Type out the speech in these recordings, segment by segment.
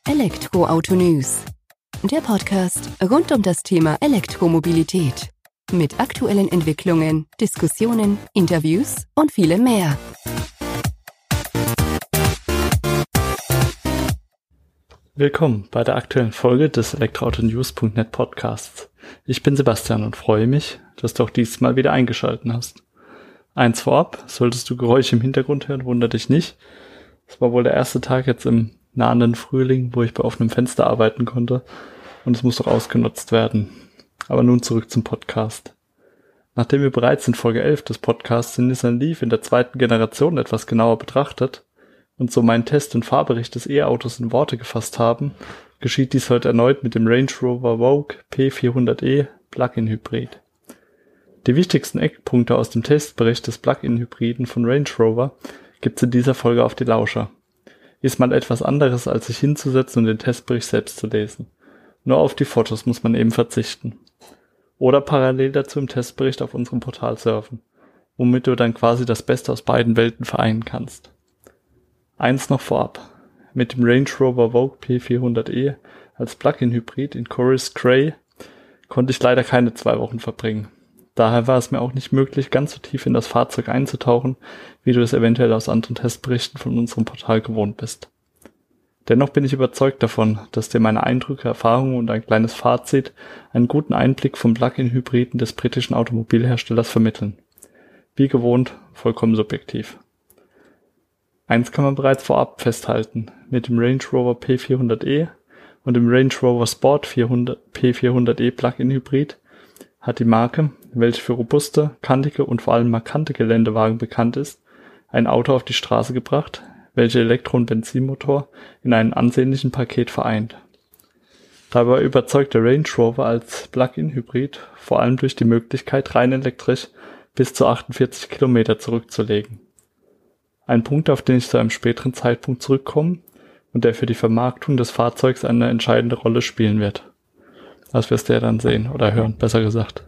Elektroauto News, der Podcast rund um das Thema Elektromobilität. Mit aktuellen Entwicklungen, Diskussionen, Interviews und vielem mehr. Willkommen bei der aktuellen Folge des Elektroautonews.net Podcasts. Ich bin Sebastian und freue mich, dass du auch diesmal wieder eingeschaltet hast. Eins vorab, solltest du Geräusche im Hintergrund hören, wundere dich nicht. Es war wohl der erste Tag jetzt im nahenden Frühling, wo ich bei offenem Fenster arbeiten konnte und es muss doch ausgenutzt werden. Aber nun zurück zum Podcast. Nachdem wir bereits in Folge 11 des Podcasts den Nissan Leaf in der zweiten Generation etwas genauer betrachtet und so meinen Test- und Fahrbericht des E-Autos in Worte gefasst haben, geschieht dies heute erneut mit dem Range Rover Vogue P400e Plug-in Hybrid. Die wichtigsten Eckpunkte aus dem Testbericht des Plug-in-Hybriden von Range Rover gibt's in dieser Folge auf die Lauscher. Ist mal etwas anderes, als sich hinzusetzen und den Testbericht selbst zu lesen. Nur auf die Fotos muss man eben verzichten. Oder parallel dazu im Testbericht auf unserem Portal surfen, womit du dann quasi das Beste aus beiden Welten vereinen kannst. Eins noch vorab. Mit dem Range Rover Vogue P400e als Plug-in-Hybrid in Chorus Grey konnte ich leider keine 2 Wochen verbringen. Daher war es mir auch nicht möglich, ganz so tief in das Fahrzeug einzutauchen, wie du es eventuell aus anderen Testberichten von unserem Portal gewohnt bist. Dennoch bin ich überzeugt davon, dass dir meine Eindrücke, Erfahrungen und ein kleines Fazit einen guten Einblick vom Plug-in-Hybriden des britischen Automobilherstellers vermitteln. Wie gewohnt, vollkommen subjektiv. Eins kann man bereits vorab festhalten: Mit dem Range Rover P400e und dem Range Rover Sport P400e Plug-in Hybrid hat die Marke, welche für robuste, kantige und vor allem markante Geländewagen bekannt ist, ein Auto auf die Straße gebracht, welche Elektro- und Benzinmotor in einem ansehnlichen Paket vereint. Dabei überzeugt der Range Rover als Plug-in-Hybrid vor allem durch die Möglichkeit, rein elektrisch bis zu 48 Kilometer zurückzulegen. Ein Punkt, auf den ich zu einem späteren Zeitpunkt zurückkomme und der für die Vermarktung des Fahrzeugs eine entscheidende Rolle spielen wird. Das wirst du ja dann sehen oder hören, besser gesagt.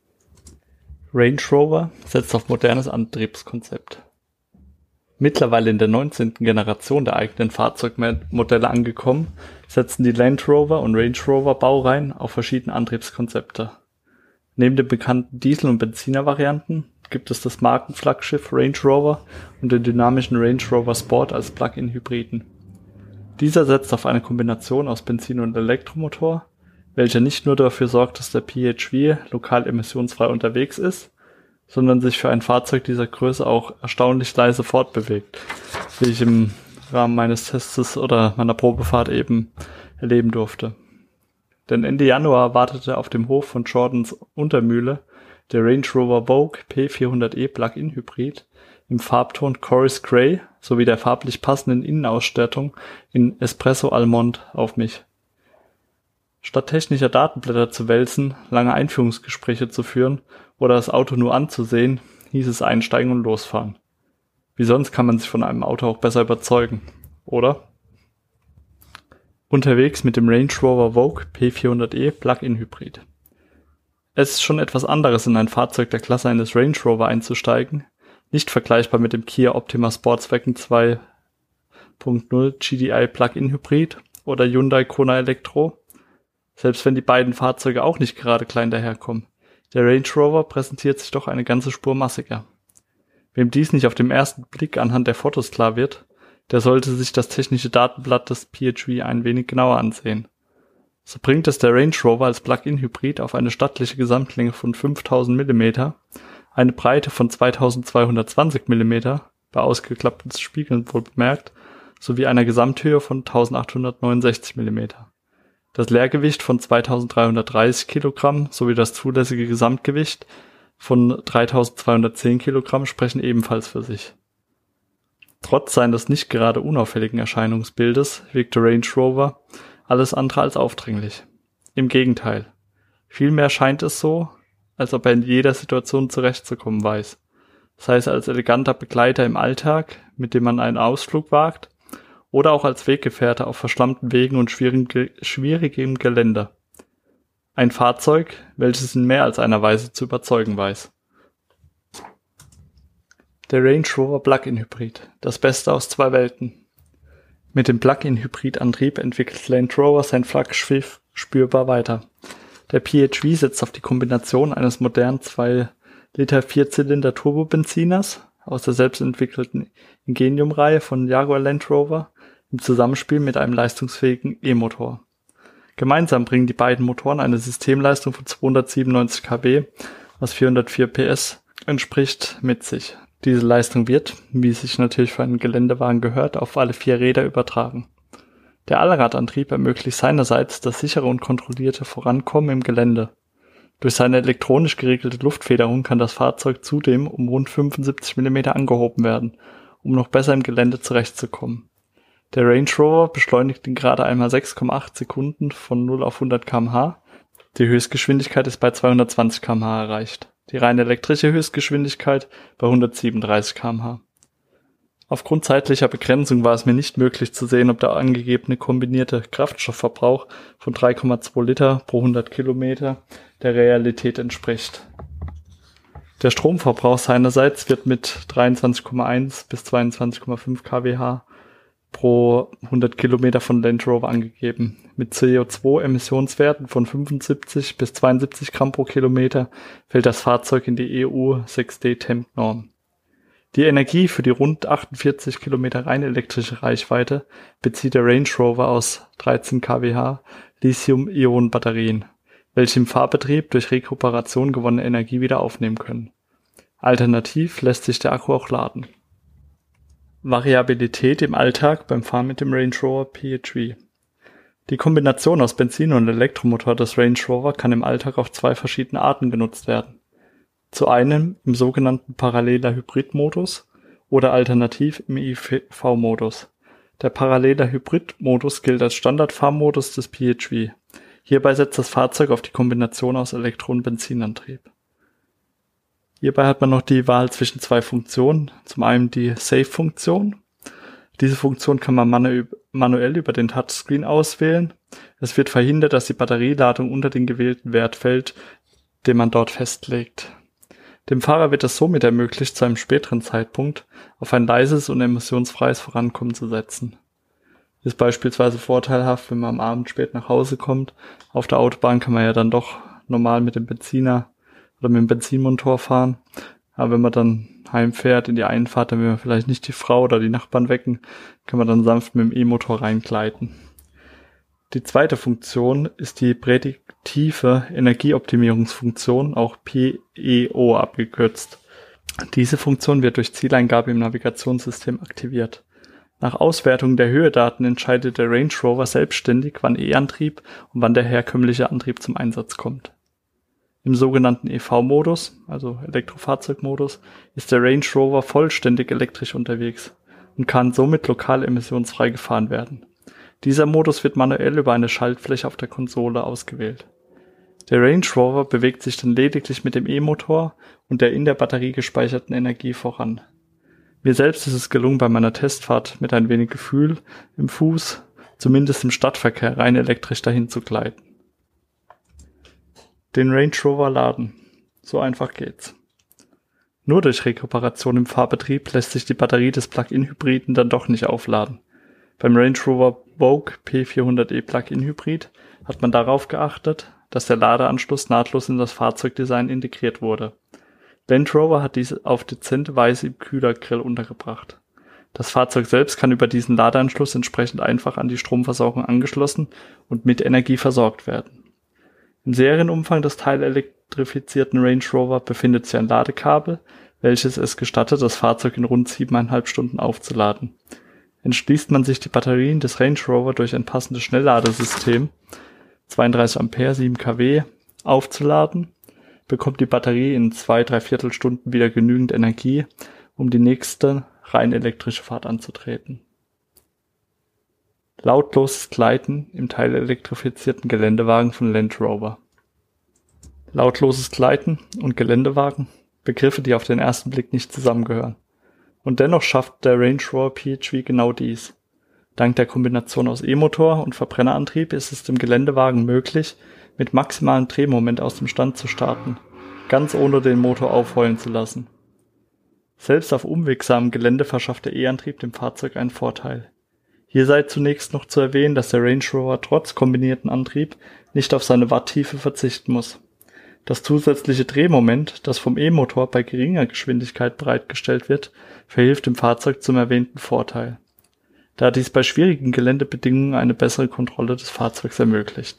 Range Rover setzt auf modernes Antriebskonzept. Mittlerweile in der 19. Generation der eigenen Fahrzeugmodelle angekommen, setzen die Land Rover und Range Rover Baureihen auf verschiedene Antriebskonzepte. Neben den bekannten Diesel- und Benziner-Varianten gibt es das Markenflaggschiff Range Rover und den dynamischen Range Rover Sport als Plug-in-Hybriden. Dieser setzt auf eine Kombination aus Benzin- und Elektromotor, welcher nicht nur dafür sorgt, dass der PHEV lokal emissionsfrei unterwegs ist, sondern sich für ein Fahrzeug dieser Größe auch erstaunlich leise fortbewegt, wie ich im Rahmen meines Testes oder meiner Probefahrt eben erleben durfte. Denn Ende Januar wartete auf dem Hof von Jordans Untermühle der Range Rover Vogue P400e Plug-in Hybrid im Farbton Chorus Grey sowie der farblich passenden Innenausstattung in Espresso Almond auf mich. Statt technischer Datenblätter zu wälzen, lange Einführungsgespräche zu führen oder das Auto nur anzusehen, hieß es einsteigen und losfahren. Wie sonst kann man sich von einem Auto auch besser überzeugen, oder? Unterwegs mit dem Range Rover Vogue P400e Plug-in Hybrid. Es ist schon etwas anderes, in ein Fahrzeug der Klasse eines Range Rover einzusteigen, nicht vergleichbar mit dem Kia Optima Sportswagen 2.0 GDI Plug-in Hybrid oder Hyundai Kona Elektro. Selbst wenn die beiden Fahrzeuge auch nicht gerade klein daherkommen. Der Range Rover präsentiert sich doch eine ganze Spur massiger. Wem dies nicht auf den ersten Blick anhand der Fotos klar wird, der sollte sich das technische Datenblatt des PHEV ein wenig genauer ansehen. So bringt es der Range Rover als Plug-in-Hybrid auf eine stattliche Gesamtlänge von 5000 mm, eine Breite von 2220 mm, bei ausgeklappten Spiegeln wohl bemerkt, sowie einer Gesamthöhe von 1869 mm. Das Leergewicht von 2330 Kilogramm sowie das zulässige Gesamtgewicht von 3210 Kilogramm sprechen ebenfalls für sich. Trotz seines nicht gerade unauffälligen Erscheinungsbildes wirkt der Range Rover alles andere als aufdringlich. Im Gegenteil. Vielmehr scheint es so, als ob er in jeder Situation zurechtzukommen weiß. Sei es als eleganter Begleiter im Alltag, mit dem man einen Ausflug wagt, oder auch als Weggefährte auf verschlammten Wegen und schwierigem Gelände. Ein Fahrzeug, welches in mehr als einer Weise zu überzeugen weiß. Der Range Rover Plug-in Hybrid, das Beste aus 2 Welten. Mit dem Plug-in-Hybrid-Antrieb entwickelt Land Rover sein Flaggschiff spürbar weiter. Der PHV setzt auf die Kombination eines modernen 2-Liter-4-Zylinder-Turbobenziners aus der selbstentwickelten Ingenium-Reihe von Jaguar Land Rover im Zusammenspiel mit einem leistungsfähigen E-Motor. Gemeinsam bringen die beiden Motoren eine Systemleistung von 297 kW, was 404 PS entspricht, mit sich. Diese Leistung wird, wie es sich natürlich für einen Geländewagen gehört, auf alle 4 Räder übertragen. Der Allradantrieb ermöglicht seinerseits das sichere und kontrollierte Vorankommen im Gelände. Durch seine elektronisch geregelte Luftfederung kann das Fahrzeug zudem um rund 75 mm angehoben werden, um noch besser im Gelände zurechtzukommen. Der Range Rover beschleunigt in gerade einmal 6,8 Sekunden von 0 auf 100 km/h. Die Höchstgeschwindigkeit ist bei 220 km/h erreicht. Die rein elektrische Höchstgeschwindigkeit bei 137 km/h. Aufgrund zeitlicher Begrenzung war es mir nicht möglich zu sehen, ob der angegebene kombinierte Kraftstoffverbrauch von 3,2 Liter pro 100 Kilometer der Realität entspricht. Der Stromverbrauch seinerseits wird mit 23,1 bis 22,5 kWh pro 100 Kilometer von Land Rover angegeben. Mit CO2-Emissionswerten von 75 bis 72 Gramm pro Kilometer fällt das Fahrzeug in die EU 6D Temp-Norm. Die Energie für die rund 48 Kilometer rein elektrische Reichweite bezieht der Range Rover aus 13 kWh Lithium-Ionen-Batterien, welche im Fahrbetrieb durch Rekuperation gewonnene Energie wieder aufnehmen können. Alternativ lässt sich der Akku auch laden. Variabilität im Alltag beim Fahren mit dem Range Rover PHV. Die Kombination aus Benzin- und Elektromotor des Range Rover kann im Alltag auf 2 verschiedene Arten genutzt werden. Zu einem im sogenannten paralleler Hybrid-Modus oder alternativ im EV-Modus. Der paralleler Hybrid-Modus gilt als Standardfahrmodus des PHV. Hierbei setzt das Fahrzeug auf die Kombination aus Elektro- und Benzinantrieb. Hierbei hat man noch die Wahl zwischen 2 Funktionen. Zum einen die Save-Funktion. Diese Funktion kann man manuell über den Touchscreen auswählen. Es wird verhindert, dass die Batterieladung unter den gewählten Wert fällt, den man dort festlegt. Dem Fahrer wird es somit ermöglicht, zu einem späteren Zeitpunkt auf ein leises und emissionsfreies Vorankommen zu setzen. Ist beispielsweise vorteilhaft, wenn man am Abend spät nach Hause kommt. Auf der Autobahn kann man ja dann doch normal mit dem Benziner oder mit dem Benzinmotor fahren. Aber wenn man dann heimfährt in die Einfahrt, dann will man vielleicht nicht die Frau oder die Nachbarn wecken, kann man dann sanft mit dem E-Motor reingleiten. Die zweite Funktion ist die prädiktive Energieoptimierungsfunktion, auch PEO abgekürzt. Diese Funktion wird durch Zieleingabe im Navigationssystem aktiviert. Nach Auswertung der Höhedaten entscheidet der Range Rover selbstständig, wann E-Antrieb und wann der herkömmliche Antrieb zum Einsatz kommt. Im sogenannten EV-Modus, also Elektrofahrzeugmodus, ist der Range Rover vollständig elektrisch unterwegs und kann somit lokal emissionsfrei gefahren werden. Dieser Modus wird manuell über eine Schaltfläche auf der Konsole ausgewählt. Der Range Rover bewegt sich dann lediglich mit dem E-Motor und der in der Batterie gespeicherten Energie voran. Mir selbst ist es gelungen, bei meiner Testfahrt mit ein wenig Gefühl im Fuß, zumindest im Stadtverkehr, rein elektrisch dahin zu gleiten. Den Range Rover laden. So einfach geht's. Nur durch Rekuperation im Fahrbetrieb lässt sich die Batterie des Plug-in-Hybriden dann doch nicht aufladen. Beim Range Rover Vogue P400e Plug-in-Hybrid hat man darauf geachtet, dass der Ladeanschluss nahtlos in das Fahrzeugdesign integriert wurde. Land Rover hat diese auf dezente Weise im Kühlergrill untergebracht. Das Fahrzeug selbst kann über diesen Ladeanschluss entsprechend einfach an die Stromversorgung angeschlossen und mit Energie versorgt werden. Im Serienumfang des teilelektrifizierten Range Rover befindet sich ein Ladekabel, welches es gestattet, das Fahrzeug in rund 7,5 Stunden aufzuladen. Entschließt man sich, die Batterien des Range Rover durch ein passendes Schnellladesystem 32 Ampere, 7 kW aufzuladen, bekommt die Batterie in 2-3/4 Stunden wieder genügend Energie, um die nächste rein elektrische Fahrt anzutreten. Lautloses Gleiten im teilelektrifizierten Geländewagen von Land Rover. Lautloses Gleiten und Geländewagen, Begriffe, die auf den ersten Blick nicht zusammengehören. Und dennoch schafft der Range Rover PHV genau dies. Dank der Kombination aus E-Motor und Verbrennerantrieb ist es dem Geländewagen möglich, mit maximalem Drehmoment aus dem Stand zu starten, ganz ohne den Motor aufheulen zu lassen. Selbst auf unwegsamem Gelände verschafft der E-Antrieb dem Fahrzeug einen Vorteil. Hier sei zunächst noch zu erwähnen, dass der Range Rover trotz kombinierten Antrieb nicht auf seine Watttiefe verzichten muss. Das zusätzliche Drehmoment, das vom E-Motor bei geringer Geschwindigkeit bereitgestellt wird, verhilft dem Fahrzeug zum erwähnten Vorteil, da dies bei schwierigen Geländebedingungen eine bessere Kontrolle des Fahrzeugs ermöglicht.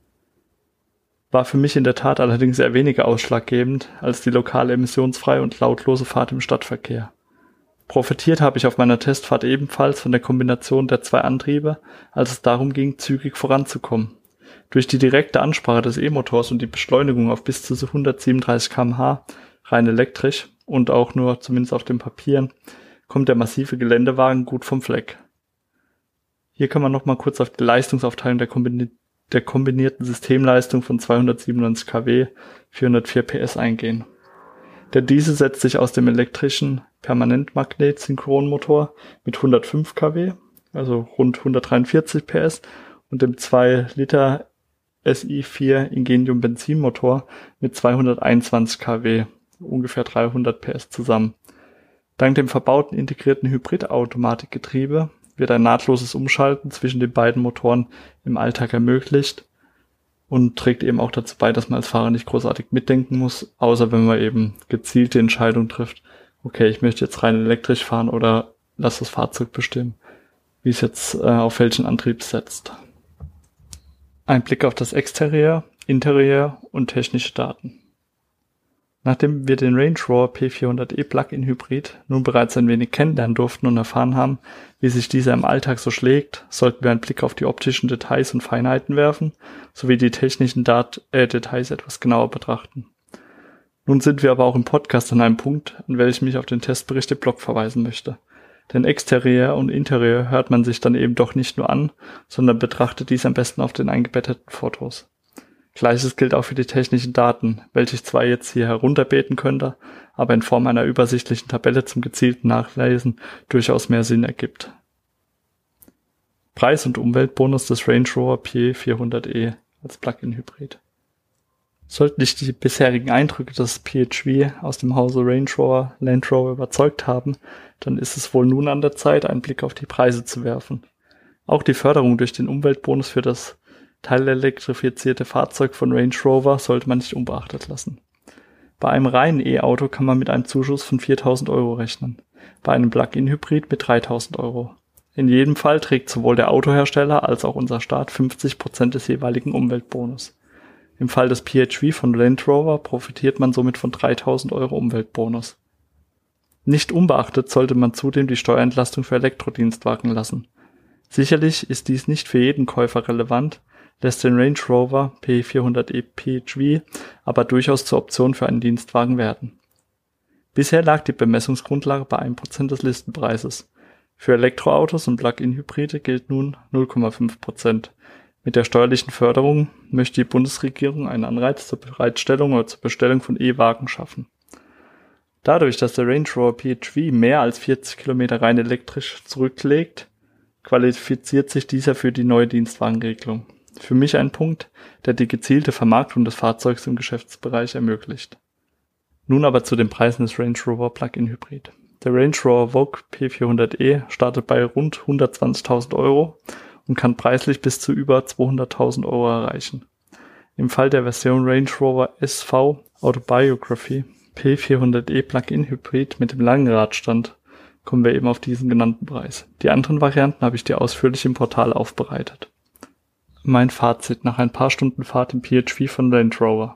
War für mich in der Tat allerdings eher weniger ausschlaggebend als die lokale emissionsfreie und lautlose Fahrt im Stadtverkehr. Profitiert habe ich auf meiner Testfahrt ebenfalls von der Kombination der zwei Antriebe, als es darum ging, zügig voranzukommen. Durch die direkte Ansprache des E-Motors und die Beschleunigung auf bis zu 137 km/h, rein elektrisch und auch nur zumindest auf dem Papier, kommt der massive Geländewagen gut vom Fleck. Hier kann man nochmal kurz auf die Leistungsaufteilung der kombinierten Systemleistung von 297 kW, 404 PS eingehen. Der Diesel setzt sich aus dem elektrischen Permanentmagnet-Synchronmotor mit 105 kW, also rund 143 PS, und dem 2 Liter SI4 Ingenium Benzinmotor mit 221 kW, ungefähr 300 PS zusammen. Dank dem verbauten integrierten Hybrid-Automatikgetriebe wird ein nahtloses Umschalten zwischen den beiden Motoren im Alltag ermöglicht und trägt eben auch dazu bei, dass man als Fahrer nicht großartig mitdenken muss, außer wenn man eben gezielt die Entscheidung trifft, okay, ich möchte jetzt rein elektrisch fahren oder lass das Fahrzeug bestimmen, wie es jetzt auf welchen Antrieb setzt. Ein Blick auf das Exterieur, Interieur und technische Daten. Nachdem wir den Range Rover P400e Plug-in Hybrid nun bereits ein wenig kennenlernen durften und erfahren haben, wie sich dieser im Alltag so schlägt, sollten wir einen Blick auf die optischen Details und Feinheiten werfen, sowie die technischen Details etwas genauer betrachten. Nun sind wir aber auch im Podcast an einem Punkt, an welchem ich auf den Testbericht im Blog verweisen möchte. Denn Exterieur und Interieur hört man sich dann eben doch nicht nur an, sondern betrachtet dies am besten auf den eingebetteten Fotos. Gleiches gilt auch für die technischen Daten, welche ich zwar jetzt hier herunterbeten könnte, aber in Form einer übersichtlichen Tabelle zum gezielten Nachlesen durchaus mehr Sinn ergibt. Preis und Umweltbonus des Range Rover P400e als Plug-in-Hybrid. Sollten dich die bisherigen Eindrücke des PHV aus dem Hause Range Rover Land Rover überzeugt haben, dann ist es wohl nun an der Zeit, einen Blick auf die Preise zu werfen. Auch die Förderung durch den Umweltbonus für das teilelektrifizierte Fahrzeug von Range Rover sollte man nicht unbeachtet lassen. Bei einem reinen E-Auto kann man mit einem Zuschuss von 4.000 € rechnen, bei einem Plug-in-Hybrid mit 3.000 €. In jedem Fall trägt sowohl der Autohersteller als auch unser Staat 50% des jeweiligen Umweltbonus. Im Fall des PHV von Land Rover profitiert man somit von 3.000 € Umweltbonus. Nicht unbeachtet sollte man zudem die Steuerentlastung für Elektrodienstwagen lassen. Sicherlich ist dies nicht für jeden Käufer relevant, lässt den Range Rover P400e PHV aber durchaus zur Option für einen Dienstwagen werden. Bisher lag die Bemessungsgrundlage bei 1% des Listenpreises. Für Elektroautos und Plug-in-Hybride gilt nun 0,5%. Mit der steuerlichen Förderung möchte die Bundesregierung einen Anreiz zur Bereitstellung oder zur Bestellung von E-Wagen schaffen. Dadurch, dass der Range Rover PHV mehr als 40 Kilometer rein elektrisch zurücklegt, qualifiziert sich dieser für die neue Dienstwagenregelung. Für mich ein Punkt, der die gezielte Vermarktung des Fahrzeugs im Geschäftsbereich ermöglicht. Nun aber zu den Preisen des Range Rover Plug-in Hybrid. Der Range Rover Vogue P400e startet bei rund 120.000 € und kann preislich bis zu über 200.000 € erreichen. Im Fall der Version Range Rover SV Autobiography P400e Plug-in Hybrid mit dem langen Radstand kommen wir eben auf diesen genannten Preis. Die anderen Varianten habe ich dir ausführlich im Portal aufbereitet. Mein Fazit nach ein paar Stunden Fahrt im PHV von Range Rover.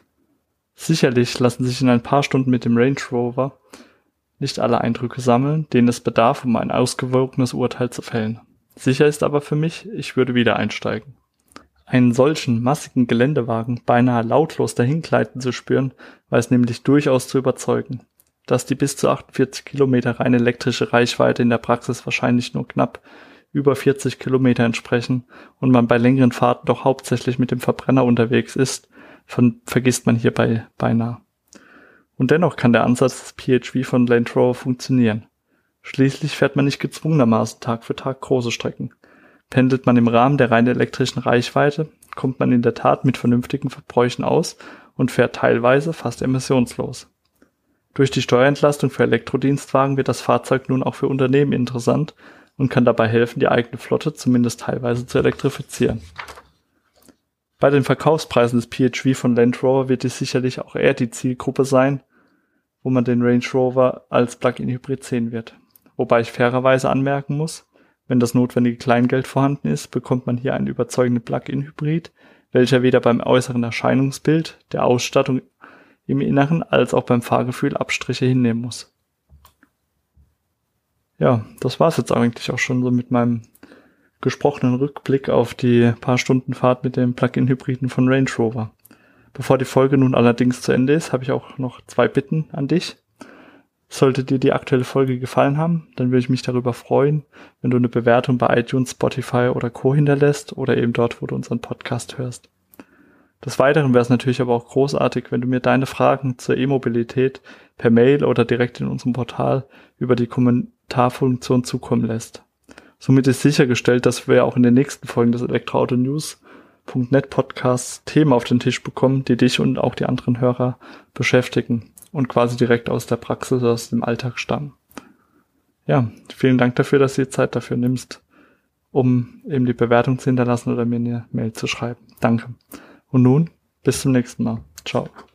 Sicherlich lassen sich in ein paar Stunden mit dem Range Rover nicht alle Eindrücke sammeln, denen es bedarf, um ein ausgewogenes Urteil zu fällen. Sicher ist aber für mich, ich würde wieder einsteigen. Einen solchen massigen Geländewagen beinahe lautlos dahingleiten zu spüren, weiß nämlich durchaus zu überzeugen. Dass die bis zu 48 Kilometer rein elektrische Reichweite in der Praxis wahrscheinlich nur knapp über 40 Kilometer entsprechen und man bei längeren Fahrten doch hauptsächlich mit dem Verbrenner unterwegs ist, vergisst man hierbei beinahe. Und dennoch kann der Ansatz des PHV von Land Rover funktionieren. Schließlich fährt man nicht gezwungenermaßen Tag für Tag große Strecken. Pendelt man im Rahmen der rein elektrischen Reichweite, kommt man in der Tat mit vernünftigen Verbräuchen aus und fährt teilweise fast emissionslos. Durch die Steuerentlastung für Elektrodienstwagen wird das Fahrzeug nun auch für Unternehmen interessant, und kann dabei helfen, die eigene Flotte zumindest teilweise zu elektrifizieren. Bei den Verkaufspreisen des PHEV von Land Rover wird es sicherlich auch eher die Zielgruppe sein, wo man den Range Rover als Plug-in-Hybrid sehen wird. Wobei ich fairerweise anmerken muss, wenn das notwendige Kleingeld vorhanden ist, bekommt man hier einen überzeugenden Plug-in-Hybrid, welcher weder beim äußeren Erscheinungsbild, der Ausstattung im Inneren als auch beim Fahrgefühl Abstriche hinnehmen muss. Ja, das war's jetzt eigentlich auch schon so mit meinem gesprochenen Rückblick auf die paar Stunden Fahrt mit dem Plug-in-Hybriden von Range Rover. Bevor die Folge nun allerdings zu Ende ist, habe ich auch noch 2 Bitten an dich. Sollte dir die aktuelle Folge gefallen haben, dann würde ich mich darüber freuen, wenn du eine Bewertung bei iTunes, Spotify oder Co. hinterlässt oder eben dort, wo du unseren Podcast hörst. Des Weiteren wäre es natürlich aber auch großartig, wenn du mir deine Fragen zur E-Mobilität per Mail oder direkt in unserem Portal über die Kommentarfunktion zukommen lässt. Somit ist sichergestellt, dass wir auch in den nächsten Folgen des Elektroauto-News.net Podcasts Themen auf den Tisch bekommen, die dich und auch die anderen Hörer beschäftigen und quasi direkt aus der Praxis, aus dem Alltag stammen. Ja, vielen Dank dafür, dass du dir Zeit dafür nimmst, um eben die Bewertung zu hinterlassen oder mir eine Mail zu schreiben. Danke. Und nun, bis zum nächsten Mal. Ciao.